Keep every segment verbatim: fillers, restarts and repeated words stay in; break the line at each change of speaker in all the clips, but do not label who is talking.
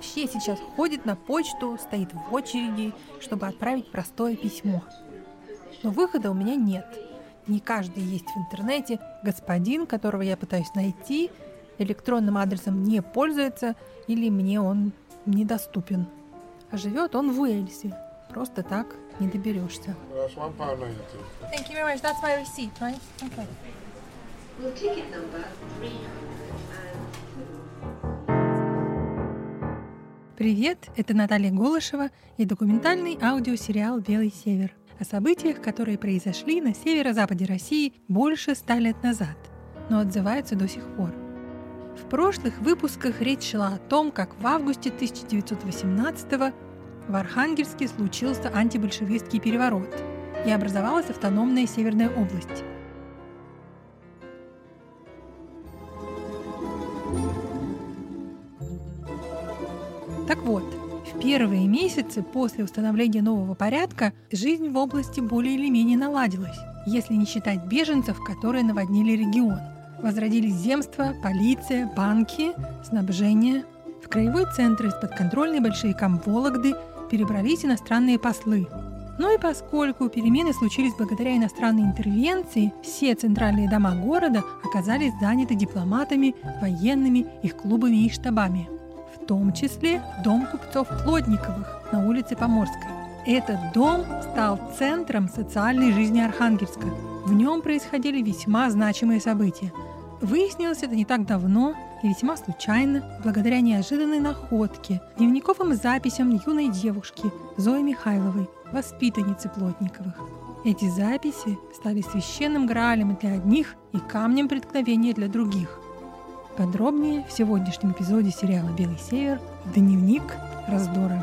вообще сейчас ходит на почту, стоит в очереди, чтобы отправить простое письмо. Но выхода у меня нет. Не каждый есть в интернете. Господин, которого я пытаюсь найти, электронным адресом не пользуется или мне он недоступен. А живет он в Уэльсе. Просто так не доберешься. Thank you very much. That's my receipt, right? Okay. We'll ticket number three hundred. Привет, это Наталья Голышева и документальный аудиосериал «Белый север» о событиях, которые произошли на северо-западе России больше ста лет назад, но отзываются до сих пор. В прошлых выпусках речь шла о том, как в августе тысяча девятьсот восемнадцатого в Архангельске случился антибольшевистский переворот и образовалась автономная Северная область. Так вот, в первые месяцы после установления нового порядка жизнь в области более или менее наладилась, если не считать беженцев, которые наводнили регион. Возродились земства, полиция, банки, снабжение. В краевой центр из-под контрольной большевикам Вологды перебрались иностранные послы. Ну и поскольку перемены случились благодаря иностранной интервенции, все центральные дома города оказались заняты дипломатами, военными, их клубами и штабами. В том числе дом купцов Плотниковых на улице Поморской. Этот дом стал центром социальной жизни Архангельска. В нем происходили весьма значимые события. Выяснилось это не так давно и весьма случайно, благодаря неожиданной находке, дневниковым записям юной девушки Зои Михайловой, воспитанницы Плотниковых. Эти записи стали священным граалем для одних и камнем преткновения для других. Подробнее в сегодняшнем эпизоде сериала «Белый север» «Дневник раздора».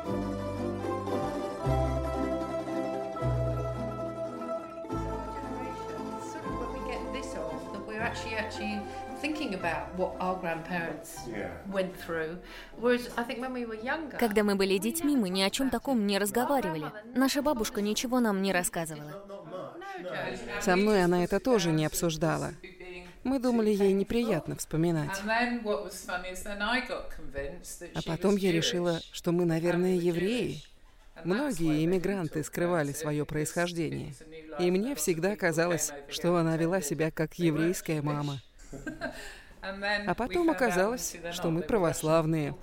Когда мы были детьми, мы ни о чем таком не разговаривали. Наша бабушка ничего нам не рассказывала.
Со мной она это тоже не обсуждала. Мы думали, ей неприятно вспоминать. А потом я решила, что мы, наверное, евреи. Многие иммигранты скрывали свое происхождение. И мне всегда казалось, что она вела себя как еврейская мама. А потом оказалось, что мы православные.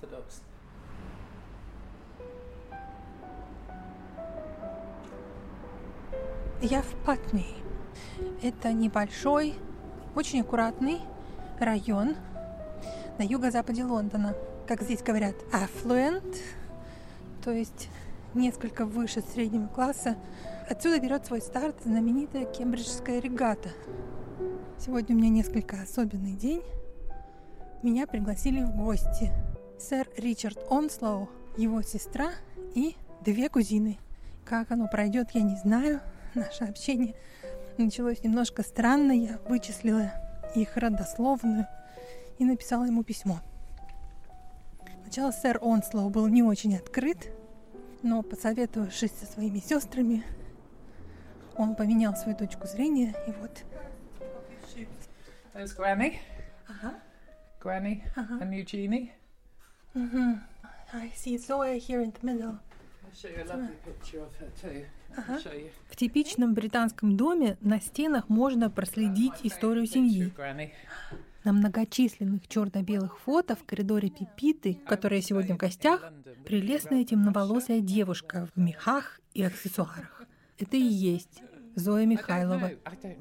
Я в Патни. Это небольшой, очень аккуратный район на юго-западе Лондона. Как здесь говорят, affluent, то есть несколько выше среднего класса. Отсюда берет свой старт знаменитая кембриджская регата. Сегодня у меня несколько особенный день. Меня пригласили в гости. Сэр Ричард Онслоу, его сестра и две кузины. Как оно пройдет, я не знаю. Наше общение началось немножко странно. Я вычислила их родословную и написала ему письмо. Сначала сэр Онслоу был не очень открыт, но, посоветовавшись со своими сестрами, он поменял свою точку зрения, и вот...
There's Granny.
Uh-huh.
Granny
Uh-huh.
and Eugenie.
Mm-hmm. I see Zoe here in the middle.
I'll show you a lovely picture of her too.
Uh-huh.
I'll show you.
В типичном британском доме на стенах можно проследить историю семьи.
Granny.
На многочисленных черно-белых фото в коридоре Пипиты, которая сегодня в гостях, прелестная темноволосая девушка в мехах и аксессуарах. Это и есть Зоя Михайлова.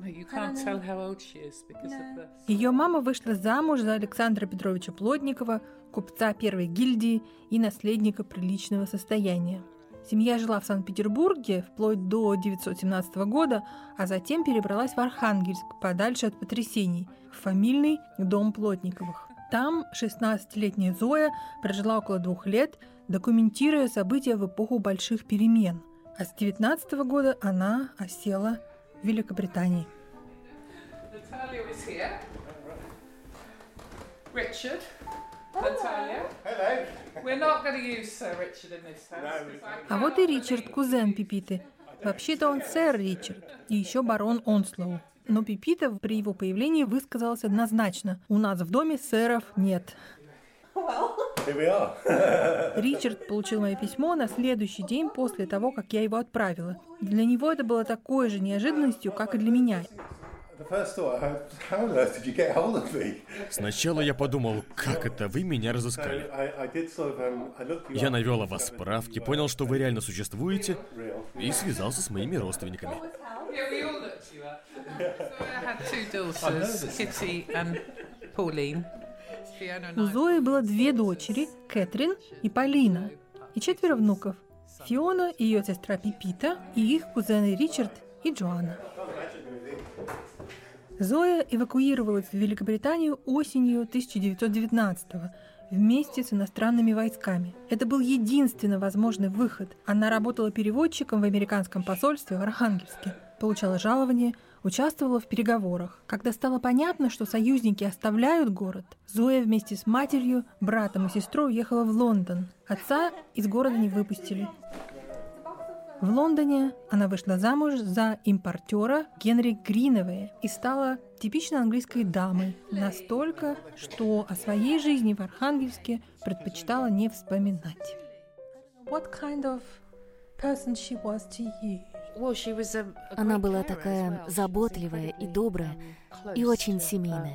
Ее мама вышла замуж за Александра Петровича Плотникова, купца первой гильдии и наследника приличного состояния. Семья жила в Санкт-Петербурге вплоть до девятьсот семнадцатого года, а затем перебралась в Архангельск, подальше от потрясений, в фамильный дом Плотниковых. Там шестнадцатилетняя Зоя прожила около двух лет, документируя события в эпоху больших перемен. А с девятнадцатого года она осела в Великобритании.
Richard, Natalia. Hello. We're not going to use Sir Richard in this house.
А вот и Ричард, кузен Пипиты. Вообще-то он сэр Ричард и еще барон Онслоу. Но Пипита при его появлении высказалась однозначно: у нас в доме сэров нет.
Well,
Ричард получил мое письмо на следующий день после того, как я его отправила. Для него это было такой же неожиданностью, как и для меня.
Сначала я подумал, как это вы меня разыскали. Я навел о вас справки, понял, что вы реально существуете, и связался с моими родственниками.
У Зои было две дочери, Кэтрин и Полина, и четверо внуков. Фиона и ее сестра Пипита, и их кузены Ричард и Джоанна. Зоя эвакуировалась в Великобританию осенью тысяча девятьсот девятнадцатого вместе с иностранными войсками. Это был единственный возможный выход. Она работала переводчиком в американском посольстве в Архангельске, получала жалование, участвовала в переговорах. Когда стало понятно, что союзники оставляют город, Зоя вместе с матерью, братом и сестрой уехала в Лондон. Отца из города не выпустили. В Лондоне она вышла замуж за импортера Генри Гриновея и стала типичной английской дамой, настолько, что о своей жизни в Архангельске предпочитала не вспоминать. What kind of person she was to you?
Она была такая заботливая и добрая, и очень семейная.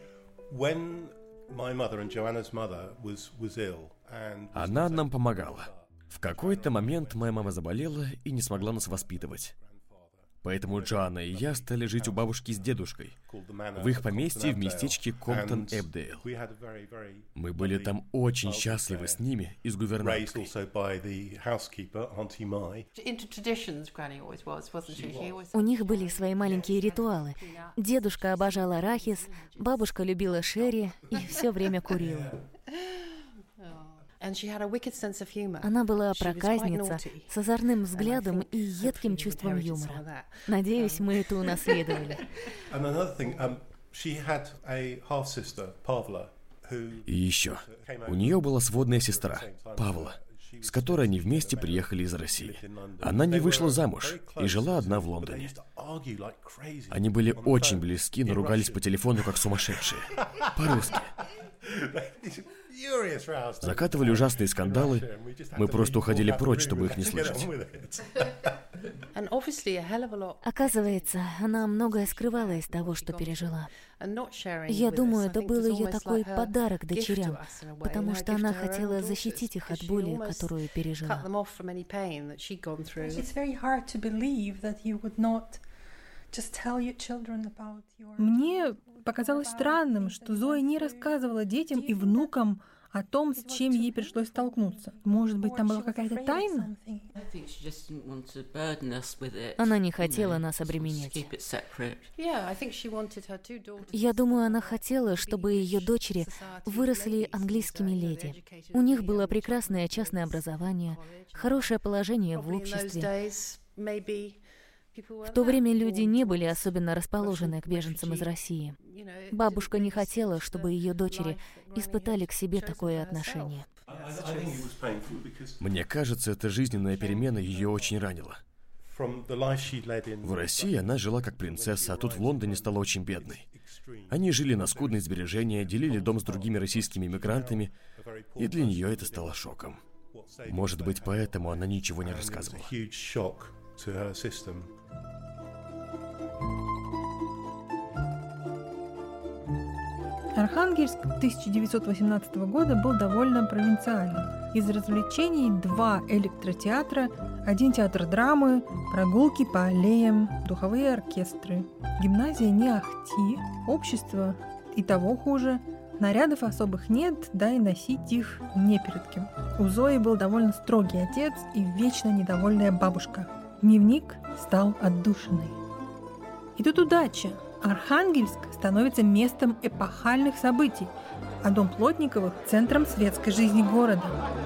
Она нам помогала. В какой-то момент моя мама заболела и не смогла нас воспитывать. Поэтому Джоанна и я стали жить у бабушки с дедушкой в их поместье в местечке Комптон-Эбдейл. Мы были там очень счастливы с ними и с гувернанткой.
У них были свои маленькие ритуалы. Дедушка обожал арахис, бабушка любила шерри и все время курила. Она была проказница с озорным взглядом и едким чувством юмора. Надеюсь, мы это унаследовали.
И еще. У нее была сводная сестра, Павла, с которой они вместе приехали из России. Она не вышла замуж и жила одна в Лондоне. Они были очень близки, но ругались по телефону как сумасшедшие. По-русски. Закатывали ужасные скандалы. Мы просто уходили прочь, чтобы их не слышать.
Оказывается, она многое скрывала из того, что пережила. Я думаю, это был ее такой подарок дочерям, потому что она хотела защитить их от боли, которую пережила.
Мне показалось странным, что Зоя не рассказывала детям и внукам о том, с чем ей пришлось столкнуться. Может быть, там была какая-то тайна?
Она не хотела нас обременять. Я думаю, она хотела, чтобы ее дочери выросли английскими леди. У них было прекрасное частное образование, хорошее положение в обществе. В то время люди не были особенно расположены к беженцам из России. Бабушка не хотела, чтобы ее дочери испытали к себе такое отношение.
Мне кажется, эта жизненная перемена ее очень ранила. В России она жила как принцесса, а тут в Лондоне стала очень бедной. Они жили на скудные сбережения, делили дом с другими российскими иммигрантами, и для нее это стало шоком. Может быть, поэтому она ничего не рассказывала.
Архангельск тысяча девятьсот восемнадцатого года был довольно провинциален. Из развлечений два электротеатра, один театр драмы, прогулки по аллеям, духовые оркестры. Гимназия не ахти, общество и того хуже. Нарядов особых нет, да и носить их не перед кем. У Зои был довольно строгий отец и вечно недовольная бабушка. Дневник стал отдушиной. И тут удача. Архангельск становится местом эпохальных событий, а дом Плотниковых – центром светской жизни города.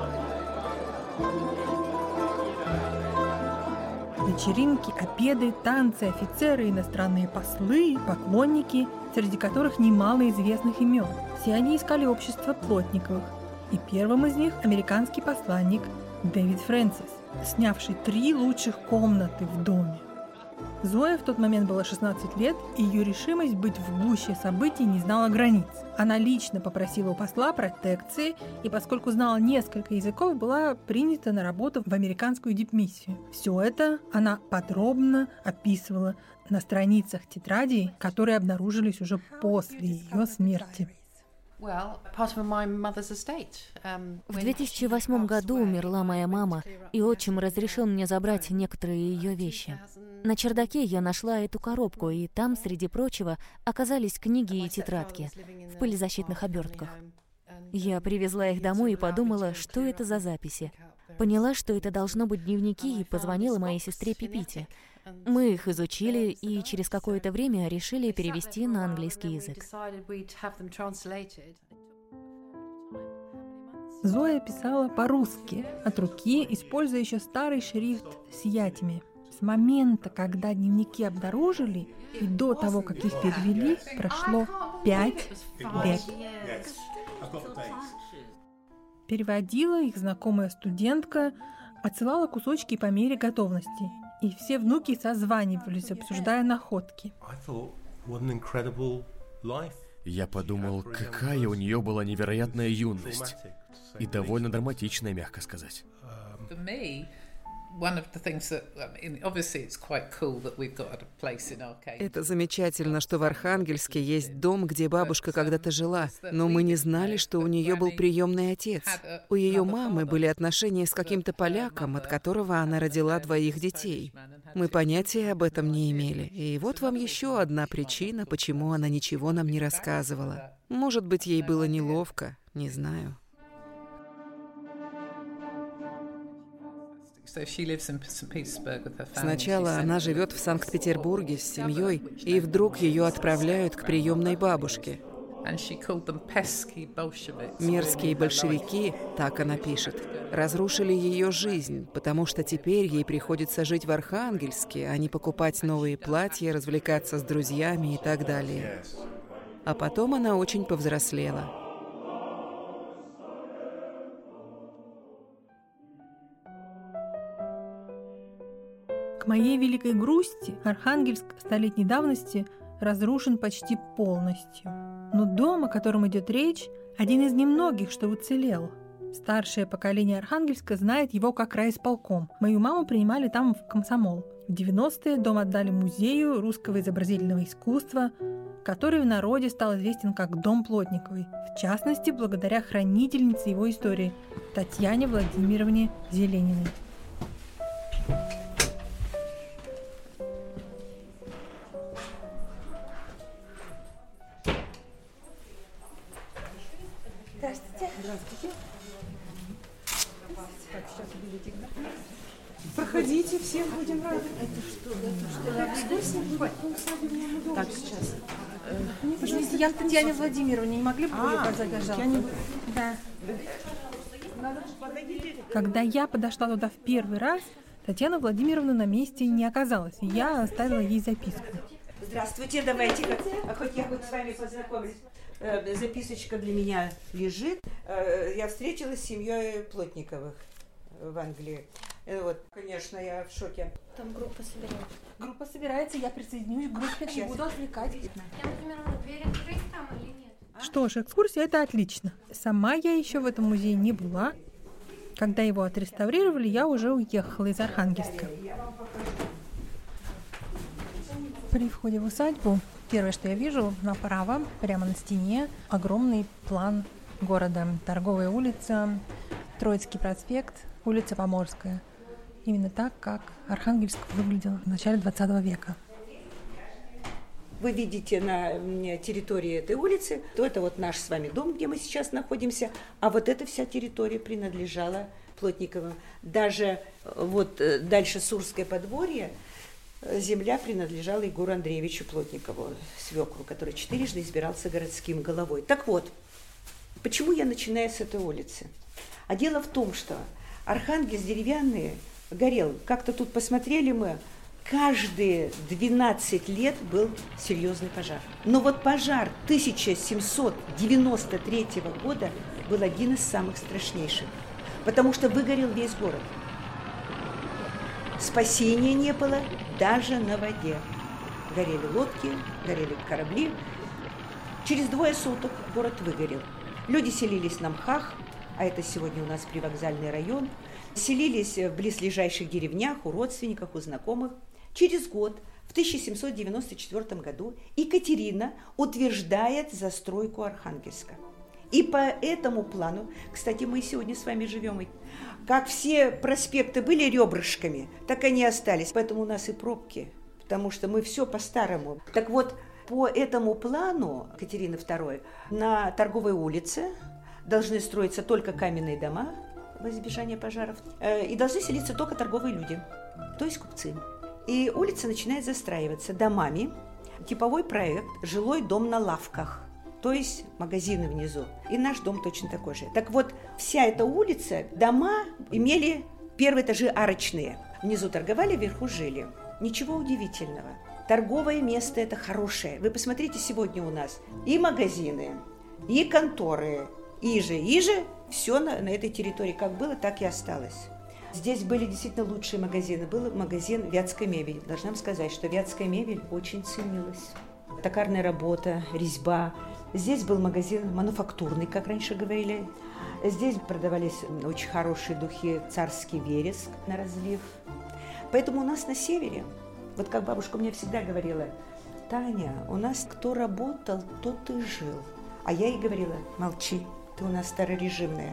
Вечеринки, обеды, танцы, офицеры, иностранные послы, поклонники, среди которых немало известных имен. Все они искали общество Плотниковых, и первым из них американский посланник Дэвид Фрэнсис, снявший три лучших комнаты в доме. Зое в тот момент было шестнадцать лет, и ее решимость быть в гуще событий не знала границ. Она лично попросила у посла протекции, и поскольку знала несколько языков, была принята на работу в американскую дипмиссию. Все это она подробно описывала на страницах тетрадей, которые обнаружились уже после ее смерти.
В две тысячи восьмом году умерла моя мама, и отчим разрешил мне забрать некоторые ее вещи. На чердаке я нашла эту коробку, и там, среди прочего, оказались книги и тетрадки в пылезащитных обертках. Я привезла их домой и подумала, что это за записи. Поняла, что это должно быть дневники, и позвонила моей сестре Пипите. Мы их изучили и через какое-то время решили перевести на английский язык.
Зоя писала по-русски, от руки, используя еще старый шрифт с ятями. С момента, когда дневники обнаружили, и до того, как их перевели, прошло пять лет. Переводила их знакомая студентка, отсылала кусочки по мере готовности. И все внуки созванивались, обсуждая находки.
Я подумал, какая у нее была невероятная юность. И довольно драматичная, мягко сказать.
Это замечательно, что в Архангельске есть дом, где бабушка когда-то жила, но мы не знали, что у нее был приемный отец. У ее мамы были отношения с каким-то поляком, от которого она родила двоих детей. Мы понятия об этом не имели. И вот вам еще одна причина, почему она ничего нам не рассказывала. Может быть, ей было неловко, не знаю. Сначала она живет в Санкт-Петербурге с семьей, и вдруг ее отправляют к приемной бабушке. Мерзкие большевики, так она пишет, разрушили ее жизнь, потому что теперь ей приходится жить в Архангельске, а не покупать новые платья, развлекаться с друзьями и так далее. А потом она очень повзрослела.
К моей великой грусти Архангельск столетней давности разрушен почти полностью. Но дом, о котором идет речь, один из немногих, что уцелел. Старшее поколение Архангельска знает его как райисполком. Мою маму принимали там в комсомол. В девяностые дом отдали музею русского изобразительного искусства, который в народе стал известен как Дом Плотниковой, в частности, благодаря хранительнице его истории Татьяне Владимировне Зелениной.
Здравствуйте. Здравствуйте. Так, сейчас будете. Проходите, всем будем рады. Это что? Это что? Так, сейчас.
Мне, пожалуйста, я Татьяне Владимировне. Не могли бы вы ее позвать, пожалуйста? Да. Когда я подошла туда в первый раз, Татьяна Владимировна на месте не оказалась. Я оставила ей записку.
Здравствуйте, давайте, хоть я хоть с вами познакомлюсь. Записочка для меня лежит. Я встретилась с семьей Плотниковых в Англии. Вот, конечно, я в шоке.
Там группа собирается. Группа собирается, я присоединюсь к группе, не буду отвлекать. Что ж, экскурсия — это отлично. Сама я еще в этом музее не была. Когда его отреставрировали, я уже уехала из Архангельска. При входе в усадьбу первое, что я вижу, направо, прямо на стене, огромный план города. Торговая улица, Троицкий проспект, улица Поморская. Именно так, как Архангельск выглядел в начале двадцатого века.
Вы видите на территории этой улицы, то это вот наш с вами дом, где мы сейчас находимся, а вот эта вся территория принадлежала Плотниковым. Даже вот дальше Сурское подворье, земля принадлежала Егору Андреевичу Плотникову, свекру, который четырежды избирался городским головой. Так вот, почему я начинаю с этой улицы? А дело в том, что Архангельск деревянный горел. Как-то тут посмотрели мы, каждые двенадцать лет был серьезный пожар. Но вот пожар тысяча семьсот девяносто третьего года был один из самых страшнейших, потому что выгорел весь город. Спасения не было даже на воде. Горели лодки, горели корабли. Через двое суток город выгорел. Люди селились на мхах, а это сегодня у нас привокзальный район. Селились в близлежащих деревнях, у родственников, у знакомых. Через год, в тысяча семьсот девяносто четвёртом году, Екатерина утверждает застройку Архангельска. И по этому плану, кстати, мы сегодня с вами живем, как все проспекты были ребрышками, так они остались. Поэтому у нас и пробки, потому что мы все по-старому. Так вот, по этому плану Екатерины второй на Торговой улице должны строиться только каменные дома во избежание пожаров, и должны селиться только торговые люди, то есть купцы. И улица начинает застраиваться домами. Типовой проект «Жилой дом на лавках», то есть магазины внизу. И наш дом точно такой же. Так вот, вся эта улица, дома имели первые этажи арочные. Внизу торговали, вверху жили. Ничего удивительного. Торговое место – это хорошее. Вы посмотрите сегодня у нас и магазины, и конторы, и же, и же. Все на, на этой территории как было, так и осталось. Здесь были действительно лучшие магазины. Был магазин «Вятская мебель». Должна вам сказать, что «Вятская мебель» очень ценилась. Токарная работа, резьба. Здесь был магазин мануфактурный, как раньше говорили. Здесь продавались очень хорошие духи «Царский вереск» на разлив. Поэтому у нас на севере, вот как бабушка мне всегда говорила, Таня, у нас кто работал, тот и жил. А я ей говорила, молчи, ты у нас старорежимная.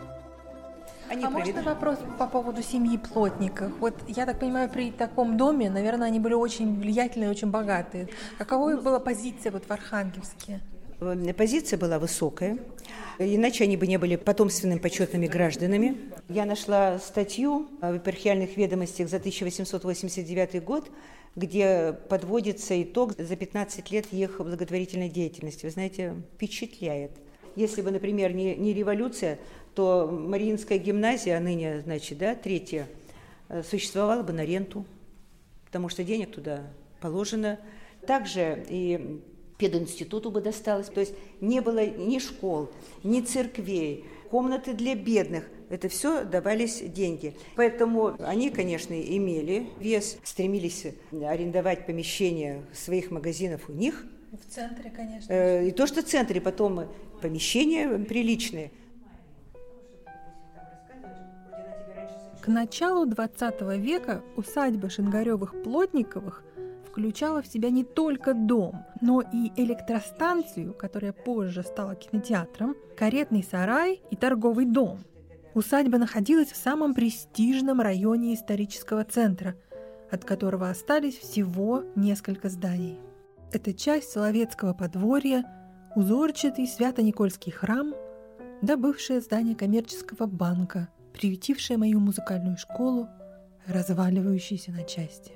Они
а
проведут...
можно вопрос по поводу семьи Плотниковых? Вот я так понимаю, при таком доме, наверное, они были очень влиятельные, очень богатые. Какова их была позиция вот в Архангельске?
Позиция была высокая, иначе они бы не были потомственными почетными гражданами. Я нашла статью в епархиальных ведомостях за тысяча восемьсот восемьдесят девятый год, где подводится итог за пятнадцать лет их благотворительной деятельности. Вы знаете, впечатляет. Если бы, например, не, не революция, то Мариинская гимназия, а ныне, значит, да, третья, существовала бы на ренту, потому что денег туда положено. Также и пединституту бы досталось. То есть не было ни школ, ни церквей, комнаты для бедных. Это все давались деньги. Поэтому они, конечно, имели вес, стремились арендовать помещения своих магазинов у них.
В центре, конечно.
И то, что в центре, потом помещения приличные.
К началу двадцатого века усадьба Шингаревых-Плотниковых включала в себя не только дом, но и электростанцию, которая позже стала кинотеатром, каретный сарай и торговый дом. Усадьба находилась в самом престижном районе исторического центра, от которого остались всего несколько зданий. Это часть Соловецкого подворья, узорчатый Свято-Никольский храм, да бывшее здание коммерческого банка, приютившее мою музыкальную школу, разваливающееся на части.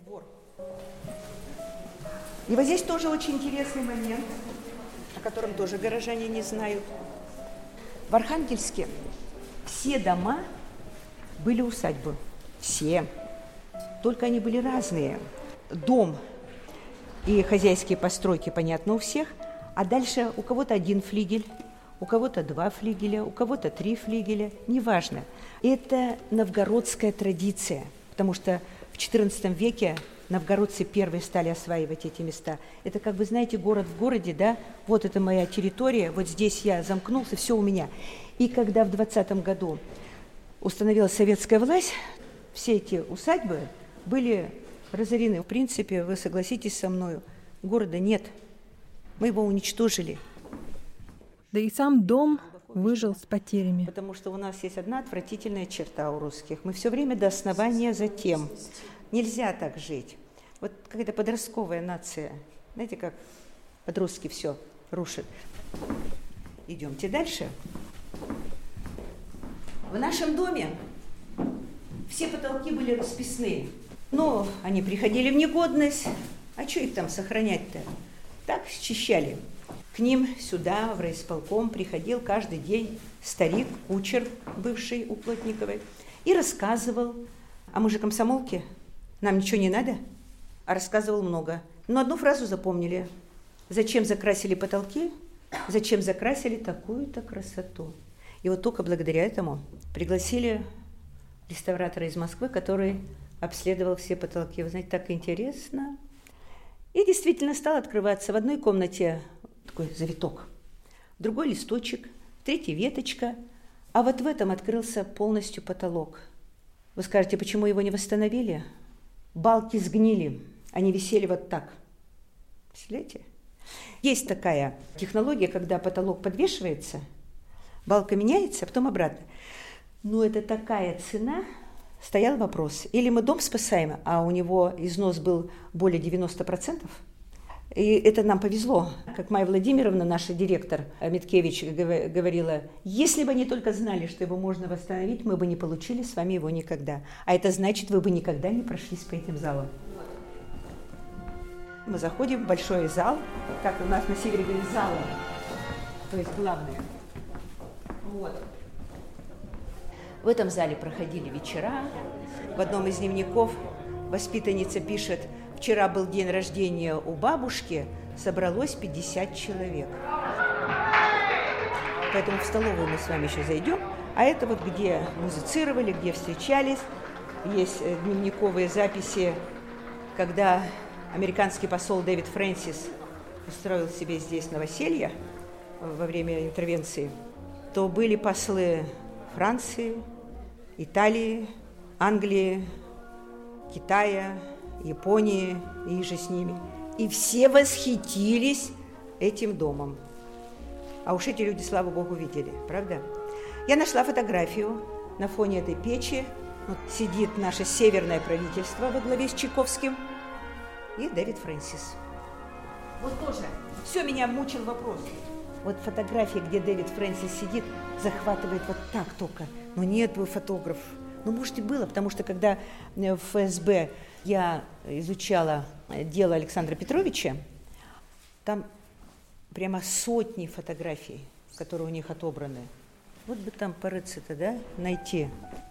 И вот здесь тоже очень интересный момент, о котором тоже горожане не знают. В Архангельске все дома были усадьбы. Все. Только они были разные. Дом и хозяйские постройки, понятно, у всех. А дальше у кого-то один флигель, у кого-то два флигеля, у кого-то три флигеля. Неважно. Это новгородская традиция, потому что в четырнадцатом веке новгородцы первые стали осваивать эти места. Это, как вы знаете, город в городе, да? Вот это моя территория, вот здесь я замкнулся, все у меня. И когда в двадцатом году установилась советская власть, все эти усадьбы были разорены. В принципе, вы согласитесь со мною, города нет. Мы его уничтожили.
Да и сам дом выжил с потерями.
Потому что у нас есть одна отвратительная черта у русских. Мы все время до основания за тем. Нельзя так жить. Вот какая-то подростковая нация. Знаете, как подростки все рушат. Идемте дальше. В нашем доме все потолки были расписные. Но они приходили в негодность. А что их там сохранять-то? Так счищали. К ним сюда, в райисполком, приходил каждый день старик, кучер, бывший у Плотниковой, и рассказывал. А мы же комсомолки, нам ничего не надо. А рассказывал много. Но одну фразу запомнили. Зачем закрасили потолки? Зачем закрасили такую-то красоту? И вот только благодаря этому пригласили реставратора из Москвы, который обследовал все потолки. Вы знаете, так интересно. И действительно стал открываться в одной комнате такой завиток, в другой листочек, в третьей веточка, а вот в этом открылся полностью потолок. Вы скажете, почему его не восстановили? Балки сгнили, они висели вот так. Представляете? Есть такая технология, когда потолок подвешивается, балка меняется, а потом обратно. Но это такая цена, стоял вопрос. Или мы дом спасаем, а у него износ был более девяносто процентов. И это нам повезло. Как Майя Владимировна, наш директор Миткевич, говорила, если бы они только знали, что его можно восстановить, мы бы не получили с вами его никогда. А это значит, вы бы никогда не прошлись по этим залам. Мы заходим в большой зал, как у нас на севере говорят, зала, то есть главное. Вот. В этом зале проходили вечера. В одном из дневников воспитанница пишет, вчера был день рождения у бабушки, собралось пятьдесят человек. Поэтому в столовую мы с вами еще зайдем. А это вот где музицировали, где встречались. Есть дневниковые записи, когда американский посол Дэвид Фрэнсис устроил себе здесь новоселье во время интервенции, то были послы Франции, Италии, Англии, Китая, Японии и же с ними. И все восхитились этим домом. А уж эти люди, слава богу, видели, правда? Я нашла фотографию на фоне этой печи. Вот сидит наше северное правительство во главе с Чайковским и Дэвид Фрэнсис. Вот тоже. Все меня мучил вопрос. Вот фотография, где Дэвид Фрэнсис сидит, захватывает вот так только. Но нет бы фотограф. Ну, может, и было, потому что когда в эф эс бэ я изучала дело Александра Петровича, там прямо сотни фотографий, которые у них отобраны. Вот бы там порыться-то, да, найти.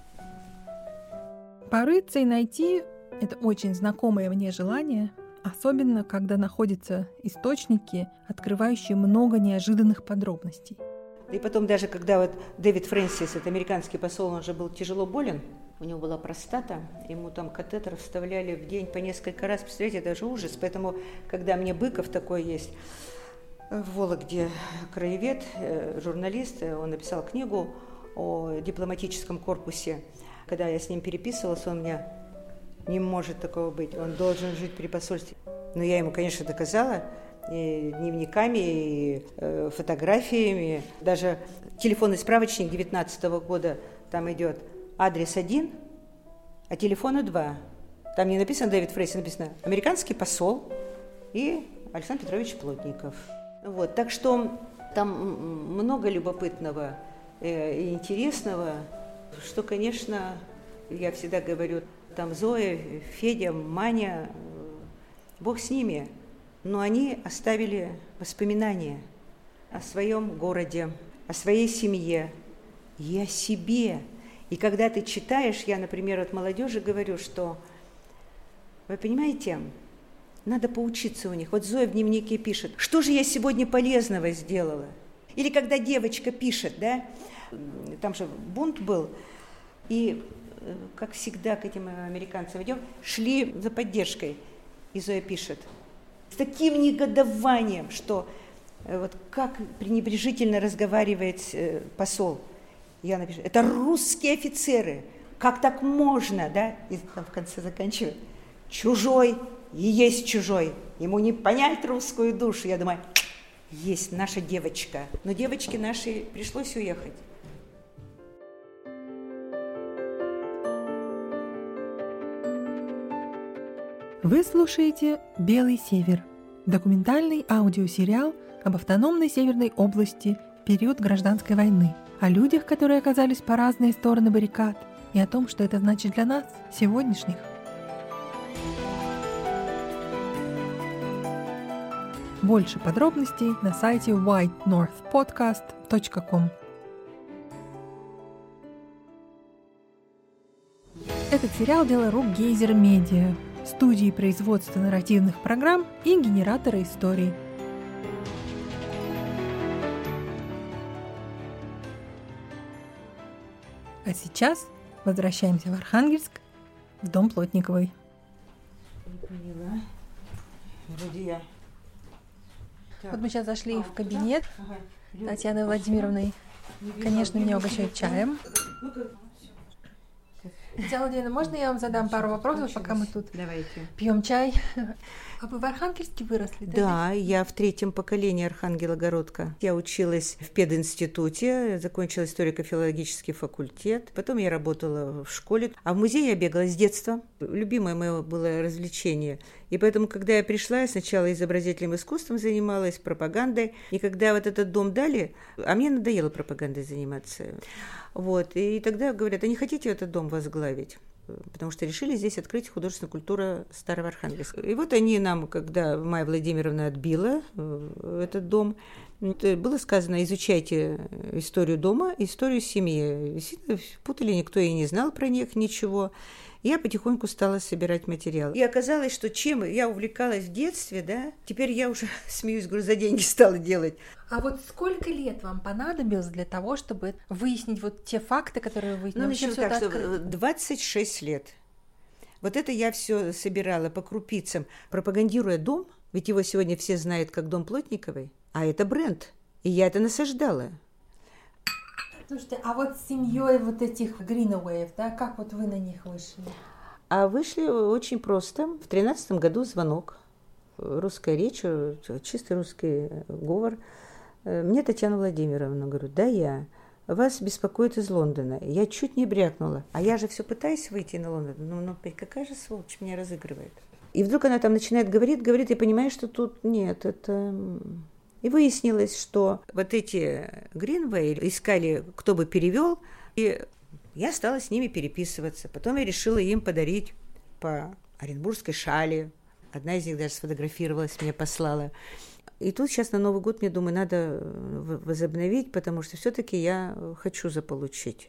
Порыться и найти – это очень знакомое мне желание, особенно когда находятся источники, открывающие много неожиданных подробностей.
И потом даже, когда вот Дэвид Фрэнсис, это американский посол, он же был тяжело болен, у него была простата, ему там катетер вставляли в день по несколько раз, представляете, это же ужас. Поэтому, когда мне Быков такой есть, в Вологде краевед, журналист, он написал книгу о дипломатическом корпусе. Когда я с ним переписывалась, он мне: не может такого быть, он должен жить при посольстве. Но я ему, конечно, доказала, и дневниками, и э, фотографиями. Даже телефонный справочник девятнадцатого года, там идет адрес один, а телефона два. Там не написано Дэвид Фрэнсис, написано американский посол и Александр Петрович Плотников. Вот, так что там много любопытного э, и интересного, что, конечно, я всегда говорю, там Зоя, Федя, Маня, Бог с ними, но они оставили воспоминания о своем городе, о своей семье и о себе. И когда ты читаешь, я, например, от молодежи говорю, что, вы понимаете, надо поучиться у них. Вот Зоя в дневнике пишет, что же я сегодня полезного сделала? Или когда девочка пишет, да, там же бунт был, и, как всегда, к этим американцам идем, шли за поддержкой. И Зоя пишет с таким негодованием, что вот как пренебрежительно разговаривает посол. Я напишу, это русские офицеры, как так можно, да? И там в конце заканчивает, чужой и есть чужой, ему не понять русскую душу. Я думаю, есть наша девочка, но девочке нашей пришлось уехать.
Вы слушаете «Белый север» – документальный аудиосериал об автономной Северной области в период гражданской войны, о людях, которые оказались по разные стороны баррикад, и о том, что это значит для нас, сегодняшних. Больше подробностей на сайте white north podcast точка com. Этот сериал – дело рук Гейзер Медиа, студии производства нарративных программ и генератора историй. А сейчас возвращаемся в Архангельск, в дом Плотниковой.
Не поняла. Вроде я.
Вот мы сейчас зашли в кабинет Татьяны Владимировны. Конечно, меня угощают чаем. Татьяна Владимировна, можно я вам задам пару вопросов, пока мы тут
Давайте.
пьем чай? А вы в Архангельске выросли, да?
Да, я в третьем поколении архангелогородка. Я училась в пединституте, закончила историко-филологический факультет. Потом я работала в школе. А в музей я бегала с детства. Любимое мое было развлечение. И поэтому, когда я пришла, я сначала изобразительным искусством занималась, пропагандой. И когда вот этот дом дали, а мне надоело пропагандой заниматься. Вот. И тогда говорят, а не хотите этот дом возглавить? Потому что решили здесь открыть художественную культуру Старого Архангельска. И вот они нам, когда Майя Владимировна отбила этот дом, было сказано, изучайте историю дома, историю семьи. Путали, никто и не знал про них ничего. Я потихоньку стала собирать материал. И оказалось, что чем я увлекалась в детстве, да, теперь я уже, смеюсь, говорю, за деньги стала делать.
А вот сколько лет вам понадобилось для того, чтобы выяснить вот те факты, которые вы...
Ну, начнем так, что двадцать шесть лет. Вот это я все собирала по крупицам, пропагандируя дом, ведь его сегодня все знают как дом Плотниковой, а это бренд, и я это насаждала.
Слушайте, а вот с семьей вот этих Greenaway, да, как вот вы на них вышли?
А вышли очень просто. В тринадцатом году звонок. Русская речь, чистый русский говор. Мне Татьяна Владимировна, говорю, да я. Вас беспокоит из Лондона. Я чуть не брякнула. А я же все пытаюсь выйти на Лондон. Ну, ну какая же сволочь меня разыгрывает. И вдруг она там начинает говорить, говорит, и понимаешь, что тут нет, это... И выяснилось, что вот эти Greenaway искали, кто бы перевел, и я стала с ними переписываться. Потом я решила им подарить по оренбургской шали. Одна из них даже сфотографировалась, мне послала. И тут сейчас на Новый год, мне думаю, надо возобновить, потому что все-таки я хочу заполучить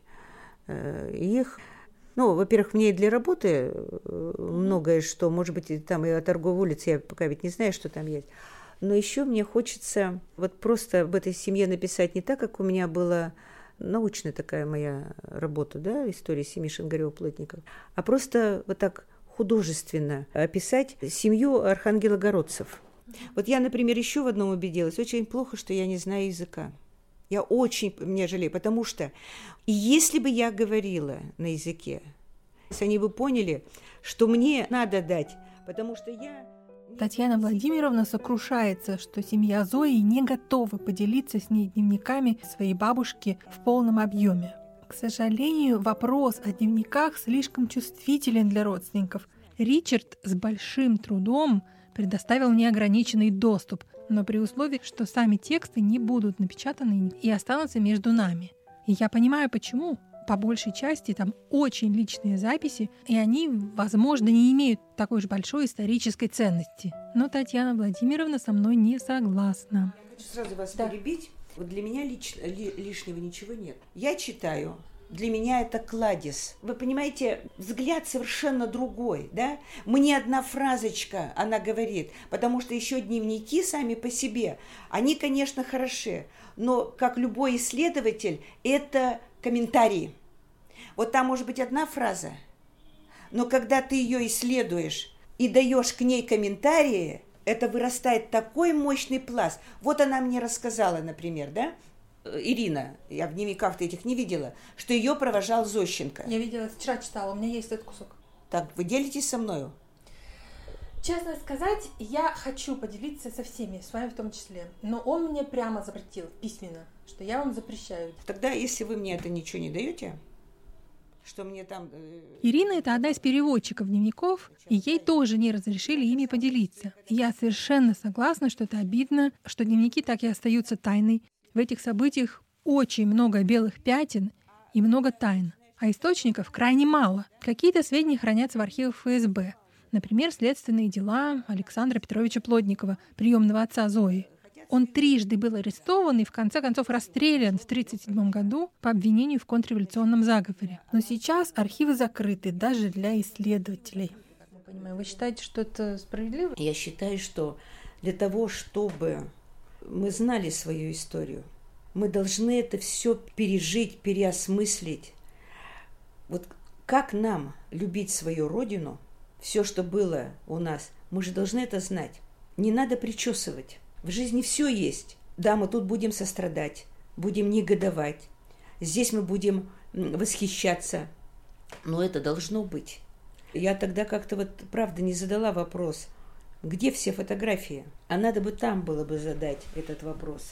их. Ну, во-первых, мне и для работы многое, что, может быть, там и о торговой улице, я пока ведь не знаю, что там есть. Но еще мне хочется вот просто об этой семье написать не так, как у меня была научная такая моя работа, да, история семьи Шингарёва-Плотникова, а просто вот так художественно описать семью архангелогородцев. Вот я, например, еще в одном убедилась. Очень плохо, что я не знаю языка. Я очень меня жалею, потому что если бы я говорила на языке, они бы поняли, что мне надо дать, потому что я...
Татьяна Владимировна сокрушается, что семья Зои не готова поделиться с ней дневниками своей бабушки в полном объеме. К сожалению, вопрос о дневниках слишком чувствителен для родственников. Ричард с большим трудом предоставил неограниченный доступ, но при условии, что сами тексты не будут напечатаны и останутся между нами. И я понимаю, почему. По большей части там очень личные записи, и они, возможно, не имеют такой же большой исторической ценности. Но Татьяна Владимировна со мной не согласна.
Я хочу сразу вас
да.
перебить. Вот для меня лич... ли, лишнего ничего нет. Я читаю. Для меня это кладезь. Вы понимаете, взгляд совершенно другой, да? Мне одна фразочка, она говорит, потому что еще дневники сами по себе, они, конечно, хороши, но, как любой исследователь, это комментарии. Вот там может быть одна фраза, но когда ты ее исследуешь и даешь к ней комментарии, это вырастает такой мощный пласт. Вот она мне рассказала, например, да? Ирина, я в дневниках-то этих не видела, что ее провожал Зощенко.
Я видела, вчера читала, у меня есть этот кусок.
Так, вы делитесь со мною?
Честно сказать, я хочу поделиться со всеми, с вами в том числе. Но он мне прямо запретил, письменно, что я вам запрещаю.
Тогда, если вы мне это ничего не даете, что мне там...
Ирина — это одна из переводчиков дневников, и ей тоже не разрешили ими поделиться. Я совершенно согласна, что это обидно, что дневники так и остаются тайной. В этих событиях очень много белых пятен и много тайн, а источников крайне мало. Какие-то сведения хранятся в архивах эф эс бэ. Например, следственные дела Александра Петровича Плотникова, приемного отца Зои. Он трижды был арестован и в конце концов расстрелян в тысяча девятьсот тридцать седьмом году по обвинению в контрреволюционном заговоре. Но сейчас архивы закрыты даже для исследователей. Вы считаете, что это справедливо?
Я считаю, что для того, чтобы мы знали свою историю, мы должны это все пережить, переосмыслить. Вот Как нам любить свою родину, все, что было у нас, мы же должны это знать. Не надо причесывать. В жизни все есть. Да, мы тут будем сострадать, будем негодовать. Здесь мы будем восхищаться. Но это должно быть. Я тогда как-то вот, правда, не задала вопрос, где все фотографии? А надо бы там было бы задать этот вопрос.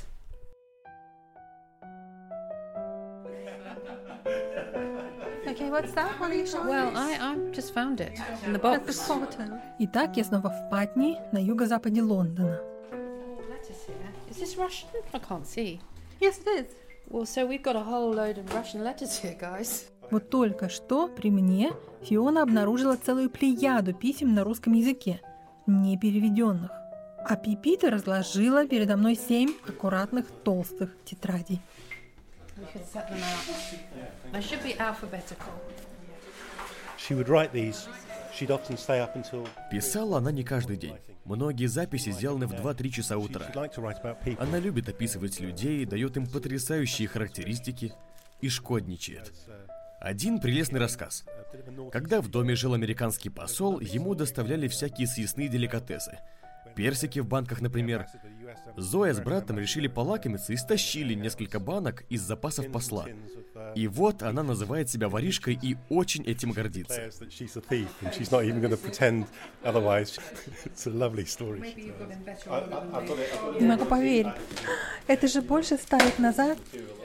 Okay, what's that? What are you showing?
Well, I, I just found it in the box.
That's the photo. Итак, я снова в Патни, на юго-западе Лондона.
Letters here. Is this Russian? I can't see.
Yes, it is.
Well, so we've got a whole load of Russian letters here, guys.
Вот только что при мне Фиона обнаружила целую плеяду писем на русском языке, не переведенных. А Пипита разложила передо мной семь аккуратных толстых тетрадей.
We could set them out. They should be alphabetical.
She would write these. She'd often stay up until...
Писала она не каждый день. Многие записи сделаны в два-три часа утра. Она любит описывать людей, дает им потрясающие характеристики и шкодничает. Один прелестный рассказ. Когда в доме жил американский посол, ему доставляли всякие съестные деликатесы. Персики в банках, например. Зоя с братом решили полакомиться и стащили несколько банок из запасов посла. И вот она называет себя воришкой и очень этим гордится.
Не могу поверить. Это же больше ста лет назад.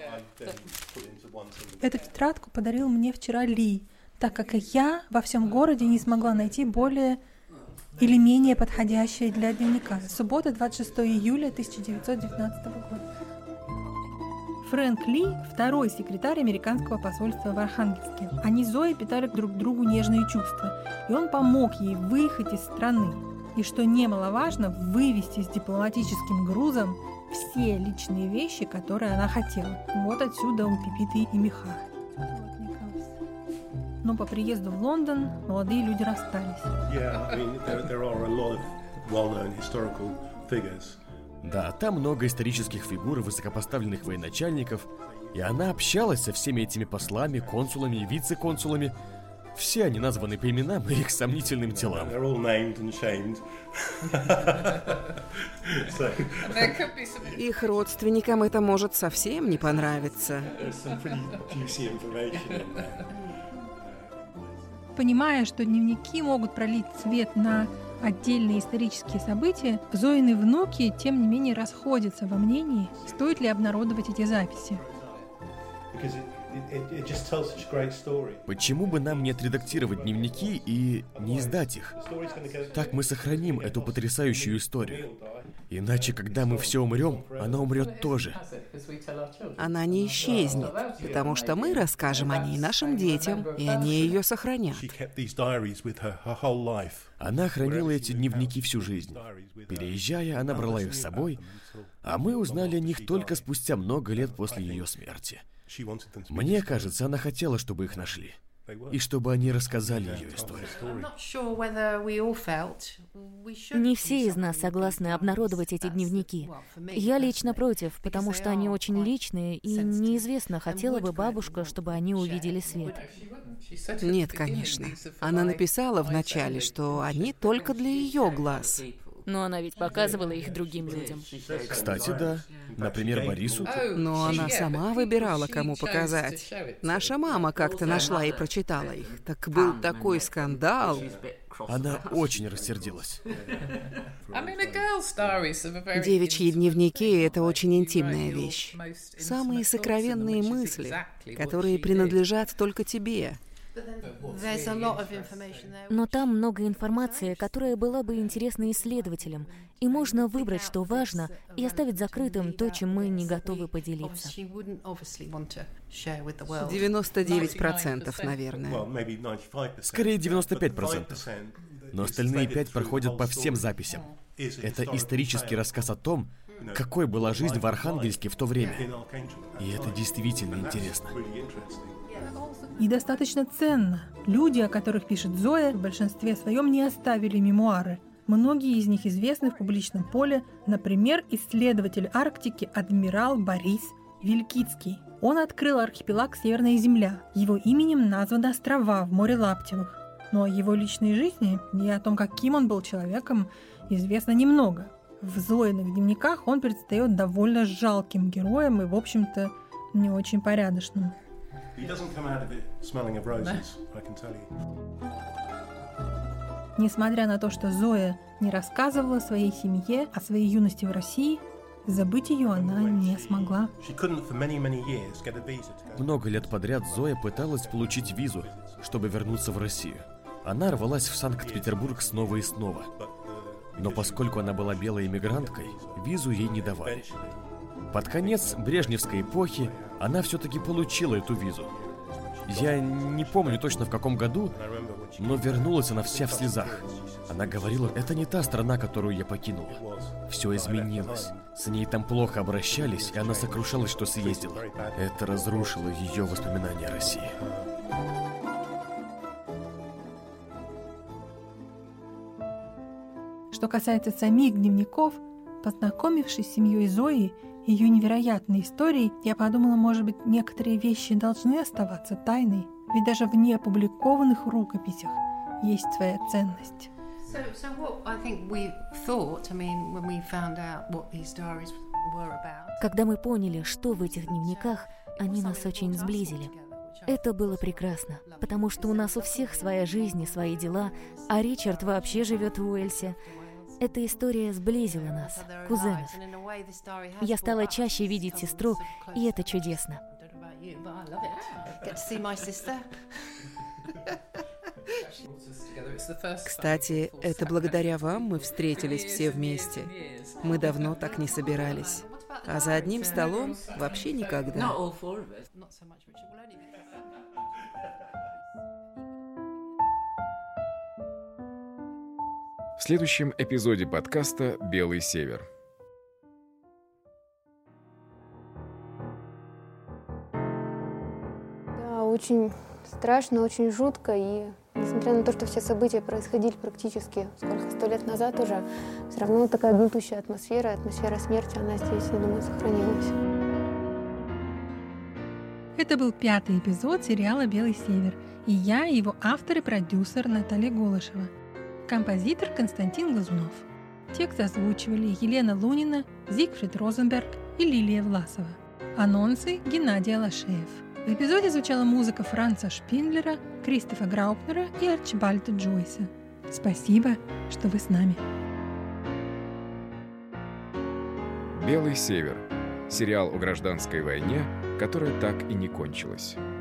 Эту тетрадку подарил мне вчера Ли, так как я во всем городе не смогла найти более или менее подходящее для дневника. Суббота, двадцать шестого июля тысяча девятьсот девятнадцатого года. Фрэнк Ли – второй секретарь американского посольства в Архангельске. Они с Зоей питали друг к другу нежные чувства, и он помог ей выехать из страны. И, что немаловажно, вывести с дипломатическим грузом все личные вещи, которые она хотела. Вот отсюда у Пипиты и меха. Но по приезду в Лондон молодые люди расстались.
Да, там много исторических фигур, высокопоставленных военачальников, и она общалась со всеми этими послами, консулами и вице-консулами. Все они названы по именам и их сомнительным телам.
Их родственникам это может совсем не понравиться.
Понимая, что дневники могут пролить свет на отдельные исторические события, Зоины внуки, тем не менее, расходятся во мнении, стоит ли обнародовать эти записи.
Почему бы нам не отредактировать дневники и не издать их? Так мы сохраним эту потрясающую историю. Иначе, когда мы все умрем, она умрет тоже.
Она не исчезнет, потому что мы расскажем о ней нашим детям, и они ее сохранят.
Она хранила эти дневники всю жизнь. Переезжая, она брала их с собой, а мы узнали о них только спустя много лет после ее смерти. Мне кажется, она хотела, чтобы их нашли. И чтобы они рассказали ее историю.
Не все из нас согласны обнародовать эти дневники. Я лично против, потому что они очень личные, и неизвестно, хотела бы бабушка, чтобы они увидели свет.
Нет, конечно. Она написала вначале, что они только для ее глаз.
Но она ведь показывала их другим людям.
Кстати, да. Например, Борису.
Но она сама выбирала, кому показать. Наша мама как-то нашла и прочитала их. Так был такой скандал.
Она очень рассердилась.
Девичьи дневники — это очень интимная вещь. Самые сокровенные мысли, которые принадлежат только тебе.
Но там много информации, которая была бы интересна исследователям, и можно выбрать, что важно, и оставить закрытым то, чем мы не готовы поделиться.
девяносто девять процентов, наверное.
Скорее, девяносто пять процентов. Но остальные пять проходят по всем записям. Это исторический рассказ о том, какой была жизнь в Архангельске в то время. И это действительно интересно.
И достаточно ценно. Люди, о которых пишет Зоя, в большинстве своем не оставили мемуары. Многие из них известны в публичном поле, например, исследователь Арктики адмирал Борис Вилькицкий. Он открыл архипелаг Северная Земля. Его именем названы острова в море Лаптевых. Но о его личной жизни и о том, каким он был человеком, известно немного. В Зоиных дневниках он предстает довольно жалким героем и, в общем-то, не очень порядочным. Несмотря на то, что Зоя не рассказывала о своей семье, о своей юности в России, забыть ее она не смогла.
Много лет подряд Зоя пыталась получить визу, чтобы вернуться в Россию. Она рвалась в Санкт-Петербург снова и снова. Но поскольку она была белой эмигранткой, визу ей не давали. Под конец брежневской эпохи она все-таки получила эту визу. Я не помню точно в каком году, но вернулась она вся в слезах. Она говорила, это не та страна, которую я покинула. Все изменилось. С ней там плохо обращались, и она сокрушалась, что съездила. Это разрушило ее воспоминания о России.
Что касается самих дневников, познакомившись с семьей Зои и ее невероятной историей, я подумала, может быть, некоторые вещи должны оставаться тайной, ведь даже в неопубликованных рукописях есть своя ценность.
So, so what I think we thought, I mean, when we found out what these diaries were about.
Когда мы поняли, что в этих дневниках, они нас очень сблизили. Это было прекрасно, потому что у нас у всех своя жизнь и свои дела, а Ричард вообще живет в Уэльсе. Эта история сблизила нас, кузенов. Я стала чаще видеть сестру, и это чудесно.
Кстати, это благодаря вам мы встретились все вместе. Мы давно так не собирались. А за одним столом вообще никогда.
В следующем эпизоде подкаста «Белый Север».
Да, очень страшно, очень жутко. И несмотря на то, что все события происходили практически сколько, сто лет назад уже, все равно такая гнетущая атмосфера, атмосфера смерти, она здесь, я думаю, сохранилась.
Это был пятый эпизод сериала «Белый Север». И я, его автор и продюсер Наталья Голышева. Композитор Константин Глазунов. Текст озвучивали Елена Лунина, Зигфрид Розенберг и Лилия Власова. Анонсы Геннадий Алашеев. В эпизоде звучала музыка Франца Шпиндлера, Кристофа Граупнера и Арчибальда Джойса. Спасибо, что вы с нами.
«Белый Север» — сериал о гражданской войне, которая так и не кончилась.